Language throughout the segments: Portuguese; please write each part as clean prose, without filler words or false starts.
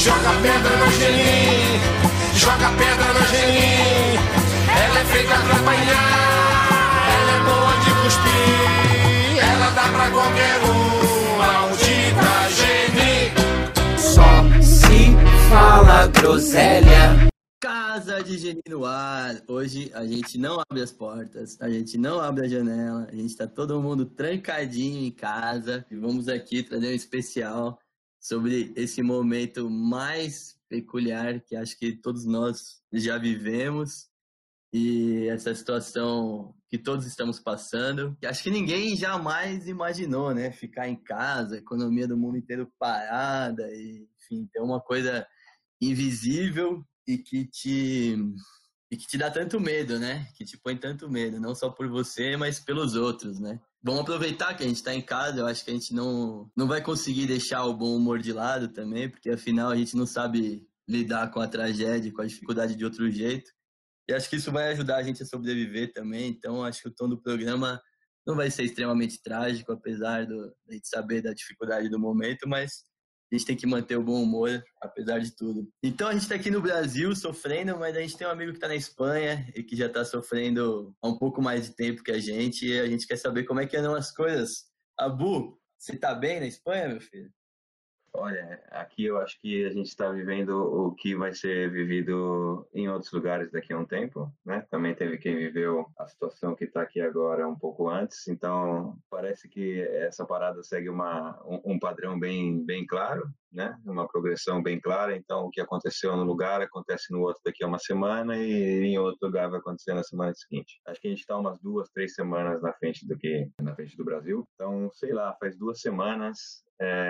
Joga pedra no Angelim, joga pedra no Angelim. Ela é feita pra apanhar, ela é boa de cuspir. Ela dá pra qualquer um, maldita Geni. Só se fala groselha. Casa de Geni no ar. Hoje a gente não abre as portas, a gente não abre a janela, a gente tá todo mundo trancadinho em casa e vamos aqui trazer um especial sobre esse momento mais peculiar que acho que todos nós já vivemos e essa situação que todos estamos passando, que acho que ninguém jamais imaginou, né? Ficar em casa, a economia do mundo inteiro parada e, enfim, ter uma coisa invisível e que te dá tanto medo, né? Que te põe tanto medo, não só por você, mas pelos outros, né? Vamos aproveitar que a gente está em casa, eu acho que a gente não vai conseguir deixar o bom humor de lado também, porque afinal a gente não sabe lidar com a tragédia, com a dificuldade de outro jeito. E acho que isso vai ajudar a gente a sobreviver também, então acho que o tom do programa não vai ser extremamente trágico, apesar de a gente saber da dificuldade do momento, mas a gente tem que manter o bom humor, apesar de tudo. Então a gente está aqui no Brasil sofrendo, mas a gente tem um amigo que está na Espanha e que já está sofrendo há um pouco mais de tempo que a gente, e a gente quer saber como é que andam as coisas. Abu, você está bem na Espanha, meu filho? Olha, aqui eu acho que a gente está vivendo o que vai ser vivido em outros lugares daqui a um tempo, né? Também teve quem viveu a situação que está aqui agora um pouco antes, então parece que essa parada segue um padrão bem claro, né? Uma progressão bem clara, então o que aconteceu no lugar acontece no outro daqui a uma semana e em outro lugar vai acontecer na semana seguinte. Acho que a gente está umas 2, 3 semanas na frente do Brasil, então sei lá, faz 2 semanas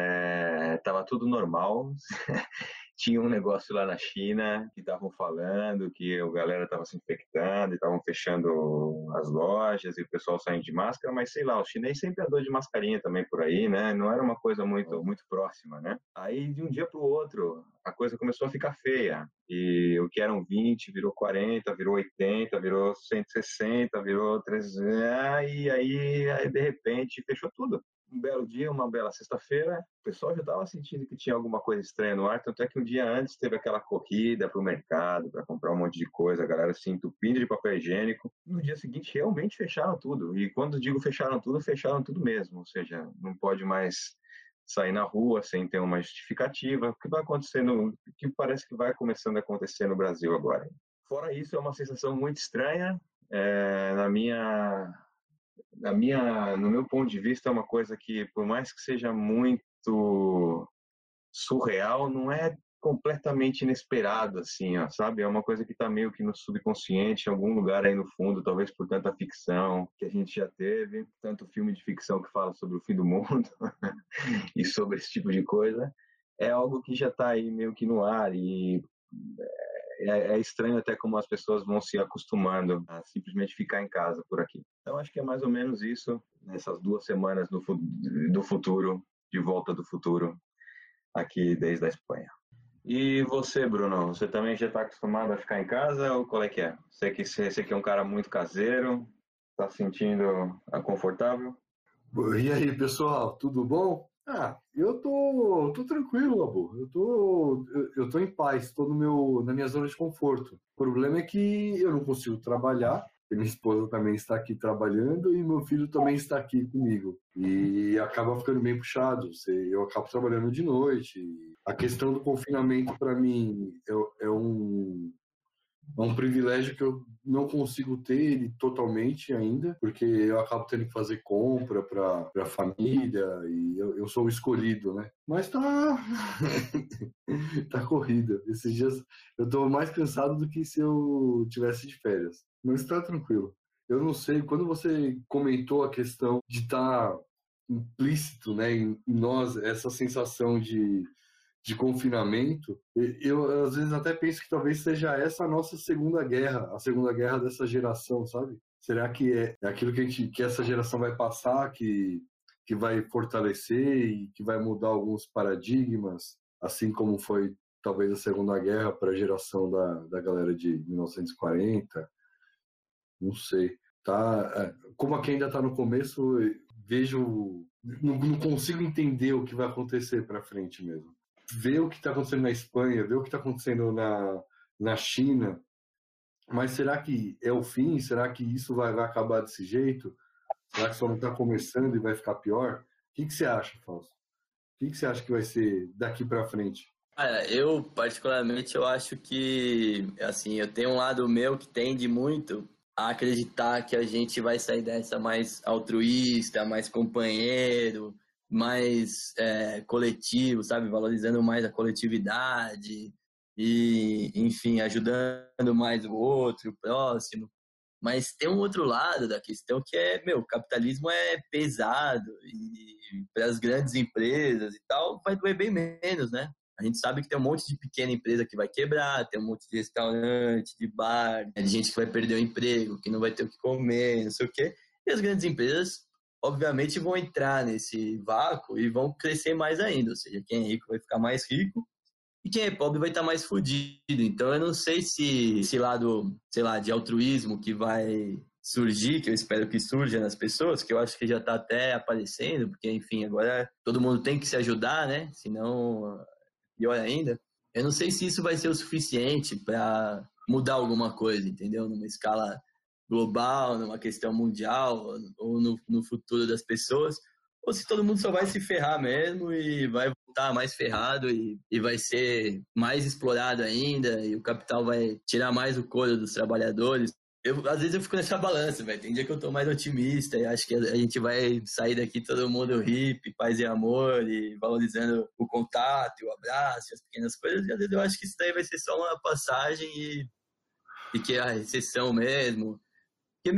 tava tudo normal. Tinha um negócio lá na China que estavam falando que a galera estava se infectando e estavam fechando as lojas e o pessoal saindo de máscara, mas sei lá, o chinês sempre andou de mascarinha também por aí, né? Não era uma coisa muito próxima, né? Aí de um dia para o outro a coisa começou a ficar feia e o que eram 20 virou 40, virou 80, virou 160, virou 300 e aí de repente fechou tudo. Um belo dia, uma bela sexta-feira, o pessoal já estava sentindo que tinha alguma coisa estranha no ar, tanto é que um dia antes teve aquela corrida para o mercado, para comprar um monte de coisa, a galera se entupindo de papel higiênico. No dia seguinte, realmente fecharam tudo. E quando digo fecharam tudo mesmo. Ou seja, não pode mais sair na rua sem ter uma justificativa. O que vai acontecendo, o que parece que vai começando a acontecer no Brasil agora. Fora isso, é uma sensação muito estranha. No meu ponto de vista, é uma coisa que, por mais que seja muito surreal, não é completamente inesperado, assim, ó, sabe? É uma coisa que está meio que no subconsciente, em algum lugar aí no fundo, talvez por tanta ficção que a gente já teve, tanto filme de ficção que fala sobre o fim do mundo e sobre esse tipo de coisa, é algo que já está aí meio que no ar e é estranho até como as pessoas vão se acostumando a simplesmente ficar em casa por aqui. Então, acho que é mais ou menos isso, nessas 2 semanas do futuro, de volta do futuro, aqui desde a Espanha. E você, Bruno, você também já está acostumado a ficar em casa ou qual é que é? Você que é um cara muito caseiro, está se sentindo confortável? E aí, pessoal, tudo bom? Eu tô tranquilo, Abu. Eu tô em paz, tô na minha zona de conforto. O problema é que eu não consigo trabalhar, minha esposa também está aqui trabalhando e meu filho também está aqui comigo. E acaba ficando bem puxado. Eu acabo trabalhando de noite. A questão do confinamento, para mim, é um privilégio que eu não consigo ter ele totalmente ainda, porque eu acabo tendo que fazer compra para a família e eu sou o escolhido, né? Mas tá corrida. Esses dias eu tô mais cansado do que se eu tivesse de férias. Mas tá tranquilo. Eu não sei, quando você comentou a questão de estar implícito, né, em nós, essa sensação de confinamento, eu às vezes até penso que talvez seja essa a nossa segunda guerra, a segunda guerra dessa geração, sabe? Será que é aquilo que essa geração vai passar, que vai fortalecer e que vai mudar alguns paradigmas, assim como foi talvez a Segunda Guerra para a geração da galera de 1940? Não sei. Como aqui ainda está no começo, vejo, não consigo entender o que vai acontecer para frente mesmo. vê o que está acontecendo na Espanha, vê o que está acontecendo na China, mas será que é o fim? Será que isso vai acabar desse jeito? Será que só não está começando e vai ficar pior? O que você acha, Fausto? O que você acha que vai ser daqui para frente? Eu particularmente eu acho que, assim, eu tenho um lado meu que tende muito a acreditar que a gente vai sair dessa mais altruísta, mais companheiro, mais coletivo, sabe? Valorizando mais a coletividade e, enfim, ajudando mais o outro, o próximo. Mas tem um outro lado da questão que o capitalismo é pesado e para as grandes empresas e tal, vai doer bem menos, né? A gente sabe que tem um monte de pequena empresa que vai quebrar, tem um monte de restaurante, de bar, de gente que vai perder o emprego, que não vai ter o que comer, não sei o quê. E as grandes empresas, obviamente, vão entrar nesse vácuo e vão crescer mais ainda. Ou seja, quem é rico vai ficar mais rico e quem é pobre vai estar mais fudido. Então eu não sei se esse lado, sei lá, de altruísmo que vai surgir, que eu espero que surja nas pessoas, que eu acho que já está até aparecendo, porque, enfim, agora todo mundo tem que se ajudar, né? Senão, pior ainda. Eu não sei se isso vai ser o suficiente para mudar alguma coisa, entendeu? Numa escala global, numa questão mundial, ou no futuro das pessoas, ou se todo mundo só vai se ferrar mesmo e vai voltar mais ferrado e vai ser mais explorado ainda e o capital vai tirar mais o couro dos trabalhadores. Às vezes eu fico nessa balança, velho. Tem dia que eu tô mais otimista e acho que a gente vai sair daqui todo mundo hippie, paz e amor e valorizando o contato, o abraço, as pequenas coisas. E às vezes eu acho que isso daí vai ser só uma passagem e que é a recessão mesmo. Porque,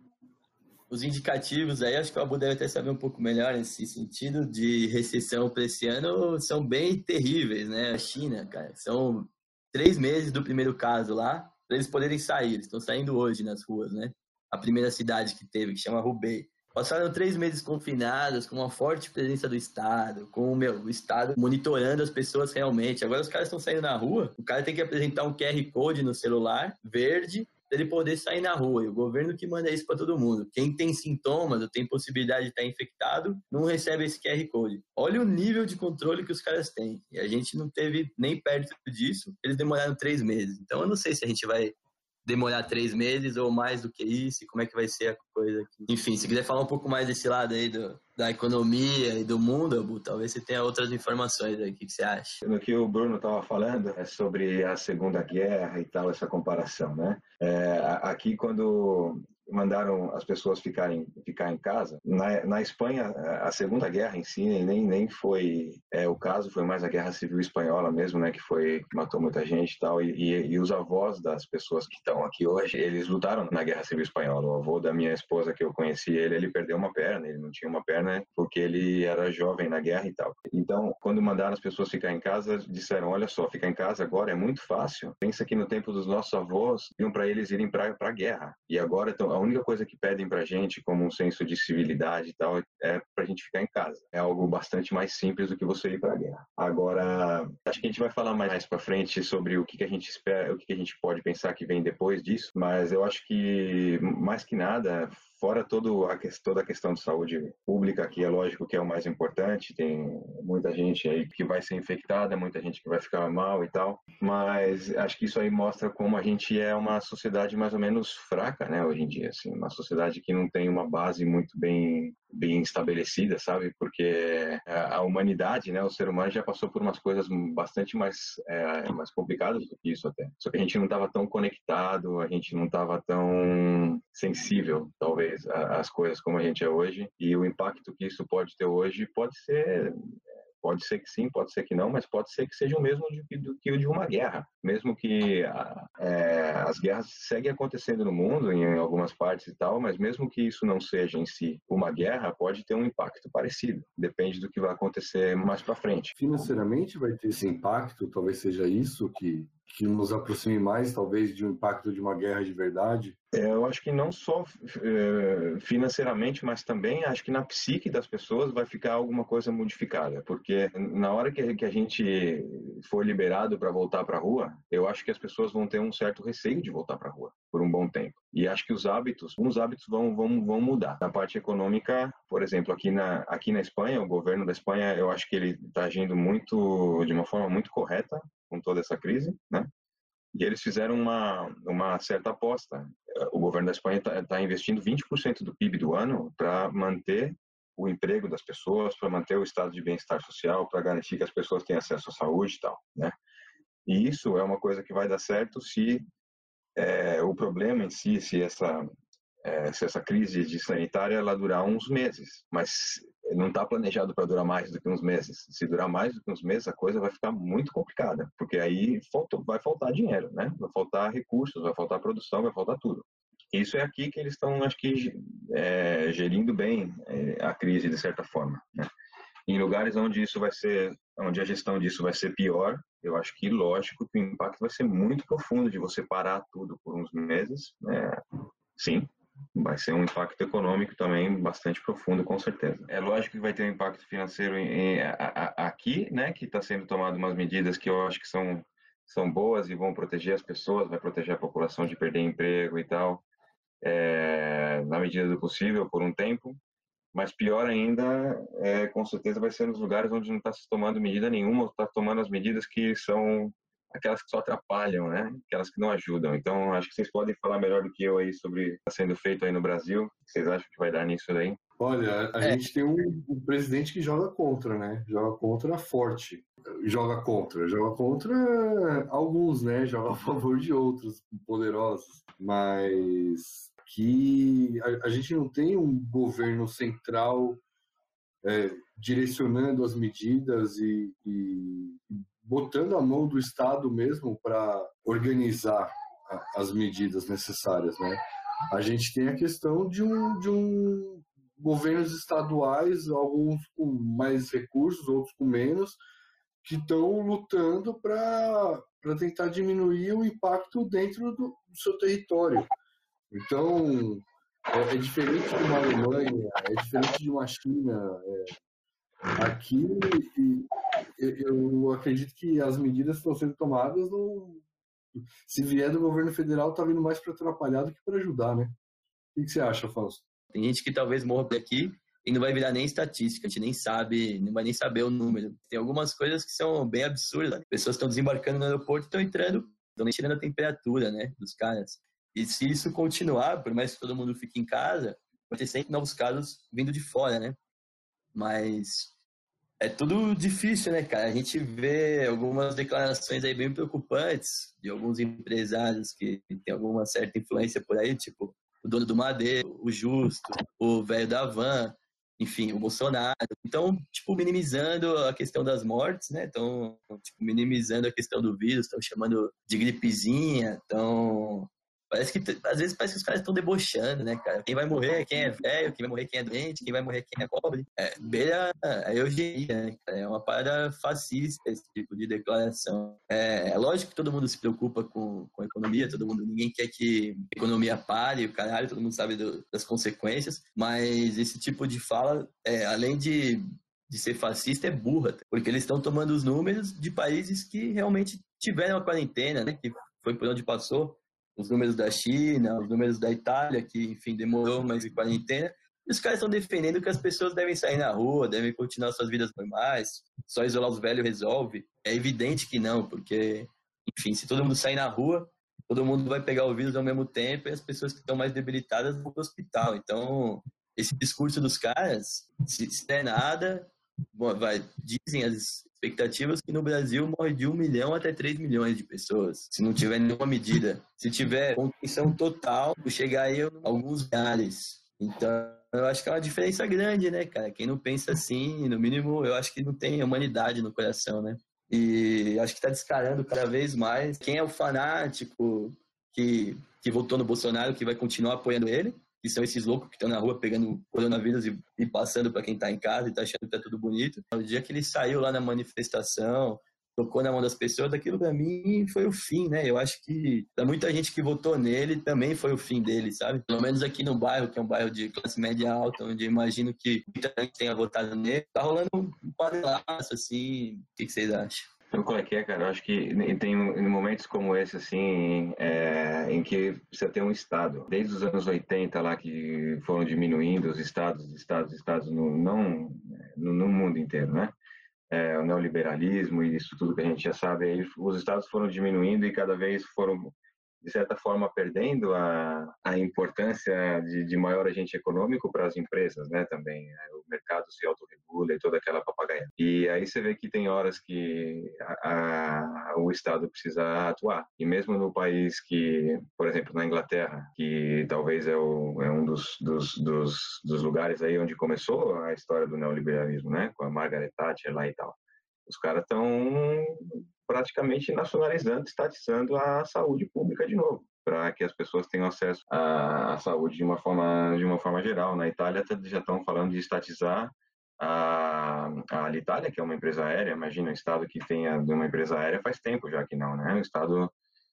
os indicativos aí, acho que o Abu deve até saber um pouco melhor nesse sentido de recessão para esse ano, são bem terríveis, né? A China, cara, são 3 meses do primeiro caso lá, para eles poderem sair. Eles estão saindo hoje nas ruas, né? A primeira cidade que teve, que chama Hubei. Passaram 3 meses confinados, com uma forte presença do Estado, com o Estado monitorando as pessoas realmente. Agora os caras estão saindo na rua, o cara tem que apresentar um QR Code no celular, verde, para ele poder sair na rua. E o governo que manda isso para todo mundo. Quem tem sintomas ou tem possibilidade de estar infectado, não recebe esse QR Code. Olha o nível de controle que os caras têm. E a gente não teve nem perto disso. Eles demoraram 3 meses. Então eu não sei se a gente vai demorar 3 meses ou mais do que isso, e como é que vai ser a coisa aqui. Enfim, se quiser falar um pouco mais desse lado aí da economia e do mundo, Abu, talvez você tenha outras informações aí. O que você acha? No que o Bruno estava falando é sobre a Segunda Guerra e tal, essa comparação, né? Aqui, quando mandaram as pessoas ficar em casa, na Espanha, a Segunda Guerra em si nem foi o caso, foi mais a Guerra Civil Espanhola mesmo, né? Que matou muita gente e tal, e os avós das pessoas que estão aqui hoje, eles lutaram na Guerra Civil Espanhola. O avô da minha esposa, que eu conheci ele perdeu uma perna, ele não tinha uma perna porque ele era jovem na guerra e tal. Então, quando mandaram as pessoas ficar em casa, disseram, olha só, ficar em casa agora é muito fácil. Pensa que no tempo dos nossos avós, iam para eles irem para a guerra. E agora, então, a única coisa que pedem para a gente, como um senso de civilidade e tal, é para a gente ficar em casa. É algo bastante mais simples do que você ir para a guerra. Agora, acho que a gente vai falar mais para frente sobre o que a gente espera, o que a gente pode pensar que vem depois disso, mas eu acho que, mais que nada, fora toda a questão de saúde pública, que é lógico que é o mais importante, tem muita gente aí que vai ser infectada, muita gente que vai ficar mal e tal, mas acho que isso aí mostra como a gente é uma sociedade mais ou menos fraca, né, hoje em dia, assim, uma sociedade que não tem uma base muito bem estabelecida, sabe, porque a humanidade, né, o ser humano já passou por umas coisas bastante mais complicadas do que isso até, só que a gente não estava tão conectado, a gente não estava tão sensível, talvez, as coisas como a gente é hoje, e o impacto que isso pode ter hoje pode ser que sim, pode ser que não, mas pode ser que seja o mesmo do que o de uma guerra, mesmo que as guerras seguem acontecendo no mundo, em algumas partes e tal, mas mesmo que isso não seja em si uma guerra, pode ter um impacto parecido, depende do que vai acontecer mais para frente. Financeiramente vai ter esse impacto, talvez seja isso que que nos aproxime mais, talvez, de um impacto de uma guerra de verdade? Eu acho que não só financeiramente, mas também acho que na psique das pessoas vai ficar alguma coisa modificada, porque na hora que a gente for liberado para voltar para a rua, eu acho que as pessoas vão ter um certo receio de voltar para a rua por um bom tempo. E acho que uns hábitos vão mudar. Na parte econômica, por exemplo, aqui na Espanha, o governo da Espanha, eu acho que ele está agindo de uma forma muito correta com toda essa crise, né? E eles fizeram uma certa aposta. O governo da Espanha está investindo 20% do PIB do ano para manter o emprego das pessoas, para manter o estado de bem-estar social, para garantir que as pessoas tenham acesso à saúde e tal, né? E isso é uma coisa que vai dar certo se o problema em si, se essa crise sanitária ela durar uns meses, mas não está planejado para durar mais do que uns meses. Se durar mais do que uns meses, a coisa vai ficar muito complicada, porque aí vai faltar dinheiro, né? Vai faltar recursos, vai faltar produção, vai faltar tudo. Isso é aqui que eles estão, acho que, gerindo bem a crise de certa forma, né? Em lugares onde onde a gestão disso vai ser pior, eu acho que, lógico, que o impacto vai ser muito profundo de você parar tudo por uns meses, né? Sim, vai ser um impacto econômico também bastante profundo, com certeza. É lógico que vai ter um impacto financeiro aqui, né, que está sendo tomado umas medidas que eu acho que são boas e vão proteger as pessoas, vai proteger a população de perder emprego e tal, na medida do possível, por um tempo. Mas pior ainda, com certeza, vai ser nos lugares onde não está se tomando medida nenhuma, ou está tomando as medidas que são aquelas que só atrapalham, né? Aquelas que não ajudam. Então, acho que vocês podem falar melhor do que eu aí sobre o que está sendo feito aí no Brasil. O que vocês acham que vai dar nisso daí? Olha, a gente tem um presidente que joga contra, né? Joga contra forte. Joga contra alguns, né? Joga a favor de outros poderosos. Mas que a gente não tem um governo central direcionando as medidas e botando a mão do Estado mesmo para organizar as medidas necessárias, né? A gente tem a questão de um governos estaduais, alguns com mais recursos, outros com menos, que estão lutando para tentar diminuir o impacto dentro do seu território. Então, é diferente de uma Alemanha, é diferente de uma China. Aqui, eu acredito que as medidas que estão sendo tomadas, se vier do governo federal, está vindo mais para atrapalhar do que para ajudar, né? O que você acha, Fausto? Tem gente que talvez morra por aqui e não vai virar nem estatística, a gente nem sabe, não vai nem saber o número. Tem algumas coisas que são bem absurdas. Pessoas estão desembarcando no aeroporto e estão entrando, estão nem tirando a temperatura, né, dos caras. E se isso continuar, por mais que todo mundo fique em casa, vai ter sempre novos casos vindo de fora, né? Mas é tudo difícil, né, cara? A gente vê algumas declarações aí bem preocupantes de alguns empresários que têm alguma certa influência por aí, tipo o dono do Madeira, o Justo, o velho da Van, enfim, o Bolsonaro. Então, tipo, minimizando a questão das mortes, né? Então, tipo, minimizando a questão do vírus, estão chamando de gripezinha, então... Às vezes parece que os caras estão debochando, né, cara? Quem vai morrer é quem é velho, quem vai morrer é quem é doente, quem vai morrer é quem é pobre. Beira a eugenia, né? É uma parada fascista esse tipo de declaração. É lógico que todo mundo se preocupa com a economia, ninguém quer que a economia pare, o caralho, todo mundo sabe das consequências, mas esse tipo de fala, além de ser fascista, é burra, porque eles estão tomando os números de países que realmente tiveram a quarentena, né, que foi por onde passou. Os números da China, os números da Itália, que, enfim, demorou mais de quarentena. E os caras estão defendendo que as pessoas devem sair na rua, devem continuar suas vidas normais, só isolar os velhos resolve. É evidente que não, porque, enfim, se todo mundo sair na rua, todo mundo vai pegar o vírus ao mesmo tempo e as pessoas que estão mais debilitadas vão para o hospital. Então, esse discurso dos caras, se der nada, dizem as expectativas que no Brasil morre de 1 milhão até 3 milhões de pessoas, se não tiver nenhuma medida. Se tiver contenção total, chegar aí a alguns milhares. Então, eu acho que é uma diferença grande, né, cara? Quem não pensa assim, no mínimo, eu acho que não tem humanidade no coração, né? E acho que tá descarando cada vez mais quem é o fanático que votou no Bolsonaro, que vai continuar apoiando ele, que são esses loucos que estão na rua pegando coronavírus e passando para quem está em casa e está achando que tá tudo bonito. No dia que ele saiu lá na manifestação, tocou na mão das pessoas, aquilo para mim foi o fim, né? Eu acho que pra muita gente que votou nele também foi o fim dele, sabe? Pelo menos aqui no bairro, que é um bairro de classe média alta, onde eu imagino que muita gente tenha votado nele, tá rolando um panelaço, assim. O que vocês acham? Sabe qual é que é, cara? Eu acho que tem momentos como esse, assim, em que precisa ter um Estado. Desde os anos 80 lá, que foram diminuindo os estados no mundo inteiro, né? O neoliberalismo e isso tudo que a gente já sabe, aí os estados foram diminuindo e cada vez foram, de certa forma, perdendo a importância de maior agente econômico para as empresas, né, também. O mercado se autorregula e toda aquela papagaia. E aí você vê que tem horas que o Estado precisa atuar. E mesmo no país que, por exemplo, na Inglaterra, que talvez é um dos lugares aí onde começou a história do neoliberalismo, né, com a Margaret Thatcher lá e tal. Os caras estão praticamente nacionalizando, estatizando a saúde pública de novo, para que as pessoas tenham acesso à saúde de uma forma geral. Na Itália já estão falando de estatizar a Alitalia, que é uma empresa aérea. Imagina, um estado que tenha uma empresa aérea faz tempo já que não, né? O estado,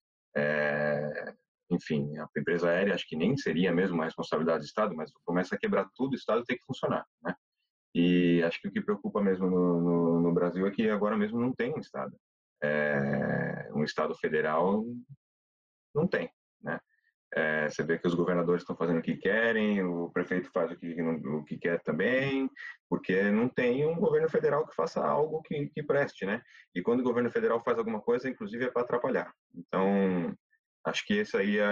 enfim, a empresa aérea acho que nem seria mesmo uma responsabilidade do estado, mas começa a quebrar tudo, o estado tem que funcionar, né? E acho que o que preocupa mesmo no Brasil é que agora mesmo não tem um estado. Um estado federal não tem, né? Você vê que os governadores estão fazendo o que querem, o prefeito faz o que quer também, porque não tem um governo federal que faça algo que preste, né? E quando o governo federal faz alguma coisa, inclusive é para atrapalhar. Então, acho que esse aí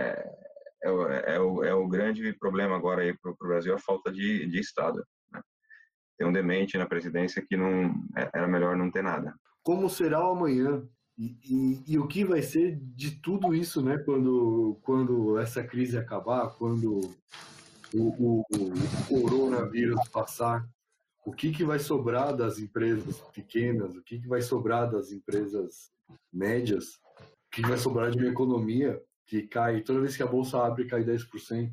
é o grande problema agora aí para o Brasil, a falta de Estado, né? Tem um demente na presidência que não era melhor não ter nada. Como será o amanhã? E o que vai ser de tudo isso, né? Quando essa crise acabar, quando o coronavírus passar, o que vai sobrar das empresas pequenas? O que vai sobrar das empresas médias? O que vai sobrar de uma economia que cai, toda vez que a bolsa abre, cai 10%?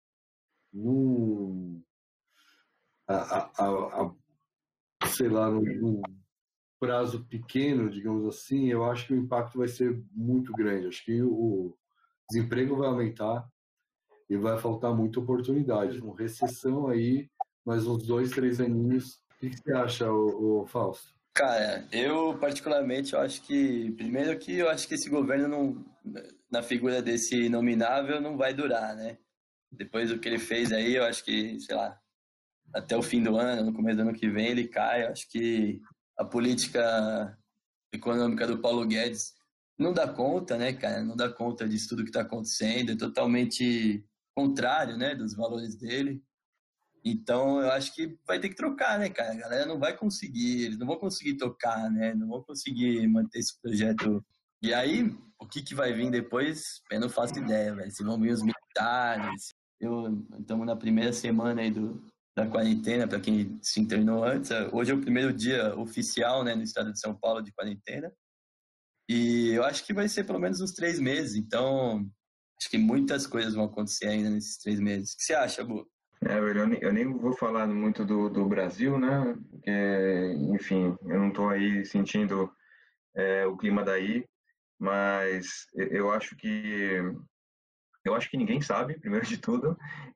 Sei lá, num prazo pequeno, digamos assim, eu acho que o impacto vai ser muito grande. Acho que o desemprego vai aumentar e vai faltar muita oportunidade. Uma recessão aí, mais uns 2, 3 aninhos. O que você acha, o Fausto? Cara, eu particularmente, eu acho que, primeiro que eu acho que esse governo não, na figura desse nominável, não vai durar, né? Depois do que ele fez aí, eu acho que, sei lá, até o fim do ano, no começo do ano que vem, ele cai. Eu acho que a política econômica do Paulo Guedes não dá conta, né, cara? Não dá conta disso tudo que está acontecendo, é totalmente contrário, né, dos valores dele. Então, eu acho que vai ter que trocar, né, cara? A galera não vai conseguir, eles não vão conseguir tocar, né? Não vão conseguir manter esse projeto. E aí, o que vai vir depois, eu não faço ideia, velho. Se vão vir os militares. Estamos na primeira semana aí da quarentena, para quem se internou antes. Hoje é o primeiro dia oficial, né, no estado de São Paulo de quarentena. E eu acho que vai ser pelo menos uns 3 meses. Então, acho que muitas coisas vão acontecer ainda nesses 3 meses. O que você acha, Bu? Eu nem vou falar muito do Brasil, né? Porque, enfim, eu não estou aí sentindo o clima daí, mas eu acho que ninguém sabe, primeiro de tudo,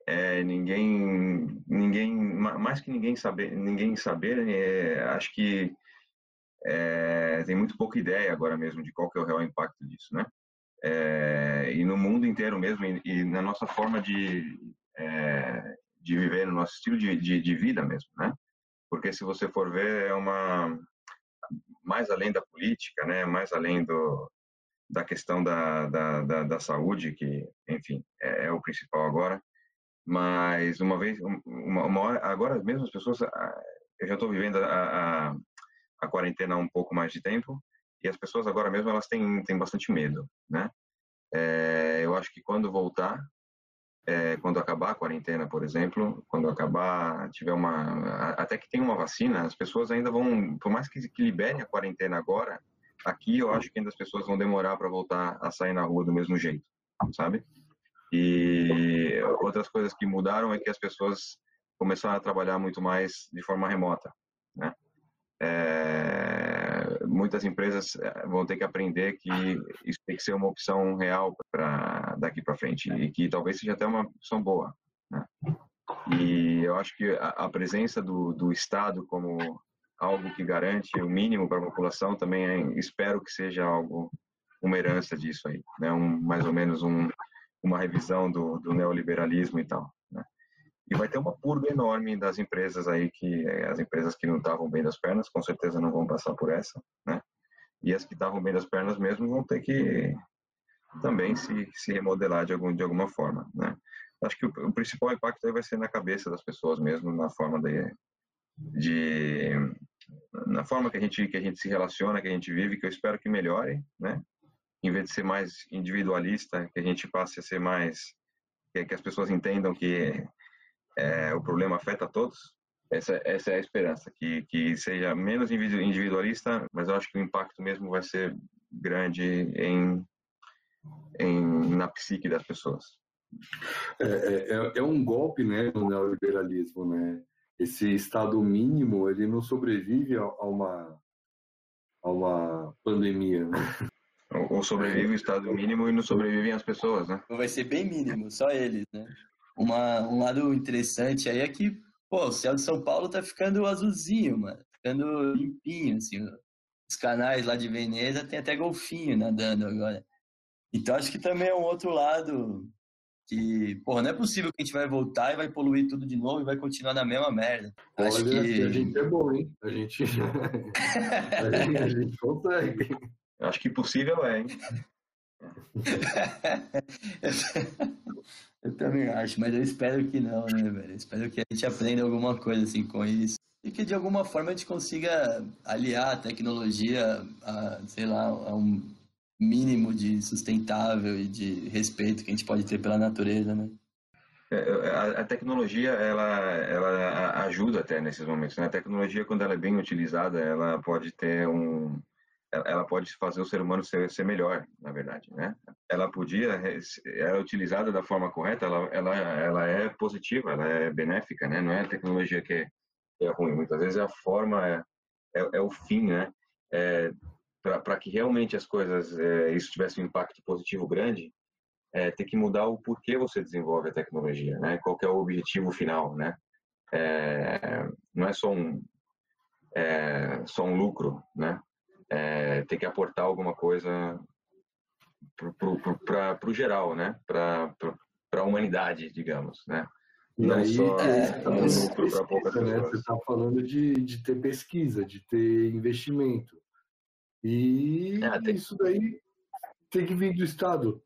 mais que ninguém saber, acho que tem muito pouca ideia agora mesmo de qual que é o real impacto disso, né? E no mundo inteiro mesmo, e na nossa forma de viver, no nosso estilo de vida mesmo, né? Porque se você for ver, mais além da política, né? Mais além da questão da saúde, que, enfim, é o principal agora, mas uma hora, agora mesmo as pessoas, eu já estou vivendo a quarentena há um pouco mais de tempo, e as pessoas agora mesmo, elas têm bastante medo, né? Eu acho que quando voltar, quando acabar a quarentena, por exemplo, quando acabar, até que tenha uma vacina, as pessoas ainda vão, por mais que liberem a quarentena agora, aqui eu acho que ainda as pessoas vão demorar para voltar a sair na rua do mesmo jeito, sabe? E outras coisas que mudaram é que as pessoas começaram a trabalhar muito mais de forma remota, né? muitas empresas vão ter que aprender que isso tem que ser uma opção real para daqui para frente e que talvez seja até uma opção boa, né? E eu acho que a presença do Estado como algo que garante o mínimo para a população também espero que seja algo, uma herança disso aí, né? Mais ou menos uma revisão do neoliberalismo e tal, né? E vai ter uma purga enorme das empresas aí, as empresas que não estavam bem das pernas, com certeza não vão passar por essa, né? E as que estavam bem das pernas mesmo vão ter que também se remodelar de alguma forma, né? Acho que o principal impacto aí vai ser na cabeça das pessoas mesmo, na forma na forma que a gente se relaciona, que a gente vive, que eu espero que melhore, né? Em vez de ser mais individualista, que a gente passe a ser mais, que as pessoas entendam que o problema afeta a todos. Essa é a esperança, que seja menos individualista, mas eu acho que o impacto mesmo vai ser grande na psique das pessoas. É um golpe, né, no neoliberalismo, né? Esse estado mínimo, ele não sobrevive a uma pandemia, né? Ou sobrevive o estado mínimo e não sobrevivem as pessoas, né? Vai ser bem mínimo, só eles, né? Um lado interessante aí é que, pô, o céu de São Paulo tá ficando azulzinho, mano. Ficando limpinho, assim. Os canais lá de Veneza tem até golfinho nadando agora. Então acho que também é um outro lado que, porra, não é possível que a gente vai voltar e vai poluir tudo de novo e vai continuar na mesma merda. Acho que a gente é bom, hein? A gente consegue. Acho que possível hein? Eu também acho, mas eu espero que não, né, velho? Eu espero que a gente aprenda alguma coisa assim com isso e que de alguma forma a gente consiga aliar a tecnologia sei lá, a um mínimo de sustentável e de respeito que a gente pode ter pela natureza, né? A tecnologia, ela ajuda até nesses momentos, né? A tecnologia, quando ela é bem utilizada, ela pode ter ela pode fazer o ser humano ser melhor, na verdade, né? Ela é utilizada da forma correta, ela é positiva, ela é benéfica, né? Não é a tecnologia que é ruim. Muitas vezes a forma é o fim, né? Para que realmente as coisas, isso tivesse um impacto positivo grande, tem que mudar o porquê você desenvolve a tecnologia, né? Qual que é o objetivo final, né? Não é só um lucro, né? Tem que aportar alguma coisa para o geral, né? Para a humanidade, digamos, né? E não aí, só um lucro para poucas pessoas. Né? Você está falando de ter pesquisa, de ter investimento. E isso daí tem que vir do Estado.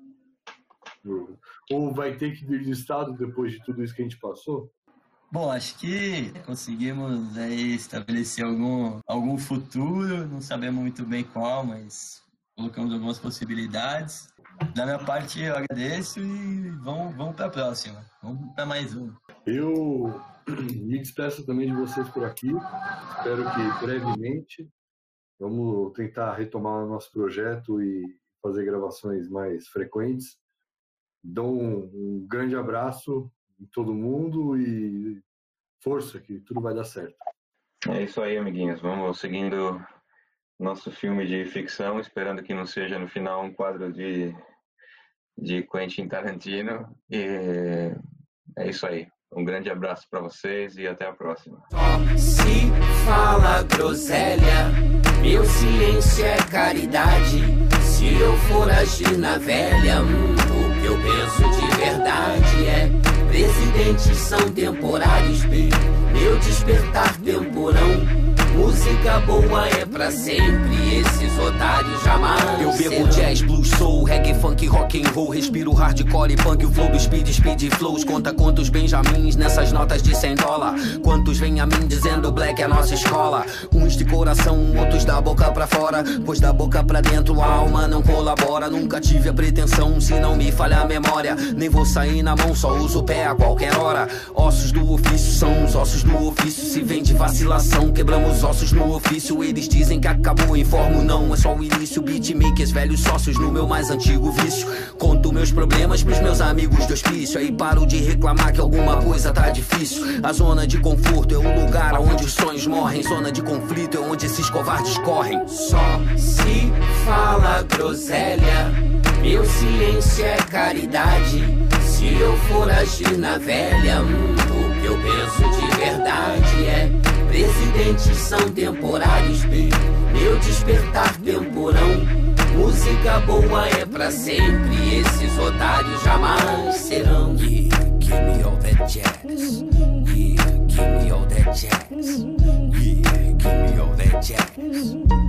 Ou vai ter que vir do Estado depois de tudo isso que a gente passou? Bom, acho que conseguimos aí estabelecer algum futuro, não sabemos muito bem qual, mas colocamos algumas possibilidades. Da minha parte, eu agradeço e vamos para a próxima. Vamos para mais um. Eu me despeço também de vocês por aqui. Espero que brevemente vamos tentar retomar o nosso projeto e fazer gravações mais frequentes. Dou um grande abraço em todo mundo e força que tudo vai dar certo. É isso aí, amiguinhos. Vamos seguindo nosso filme de ficção, esperando que não seja no final um quadro de Quentin Tarantino. E é isso aí. Um grande abraço para vocês e até a próxima. Se fala groselha, meu silêncio é caridade. Se eu for agir na velha, o que eu penso de verdade é: presidentes são temporários, meu despertar temporão. Música boa é pra sempre, esses otários jamais. Eu bebo jazz, blues, soul, reggae, funk, rock and roll. Respiro hardcore e punk, o flow do speed flows. Conta quantos benjamins nessas notas de $100. Quantos vêm a mim dizendo black é a nossa escola. Uns de coração, outros da boca pra fora, pois da boca pra dentro a alma não colabora. Nunca tive a pretensão, se não me falha a memória. Nem vou sair na mão, só uso o pé a qualquer hora. Ossos do ofício são os ossos do ofício. Se vem de vacilação, quebramos velhos ossos no ofício. Eles dizem que acabou, informo não, é só o início. Beatmakers, velhos sócios no meu mais antigo vício. Conto meus problemas pros meus amigos do hospício. Aí paro de reclamar que alguma coisa tá difícil. A zona de conforto é o lugar onde os sonhos morrem. Zona de conflito é onde esses covardes correm. Só se fala groselha, meu silêncio é caridade. Se eu for agir na velha, o que eu penso de verdade é: presidentes são temporários, meu despertar temporão. Música boa é pra sempre, esses otários jamais serão. Yeah, give me all that jazz. Yeah, give me all that jazz. Yeah, give me all that jazz.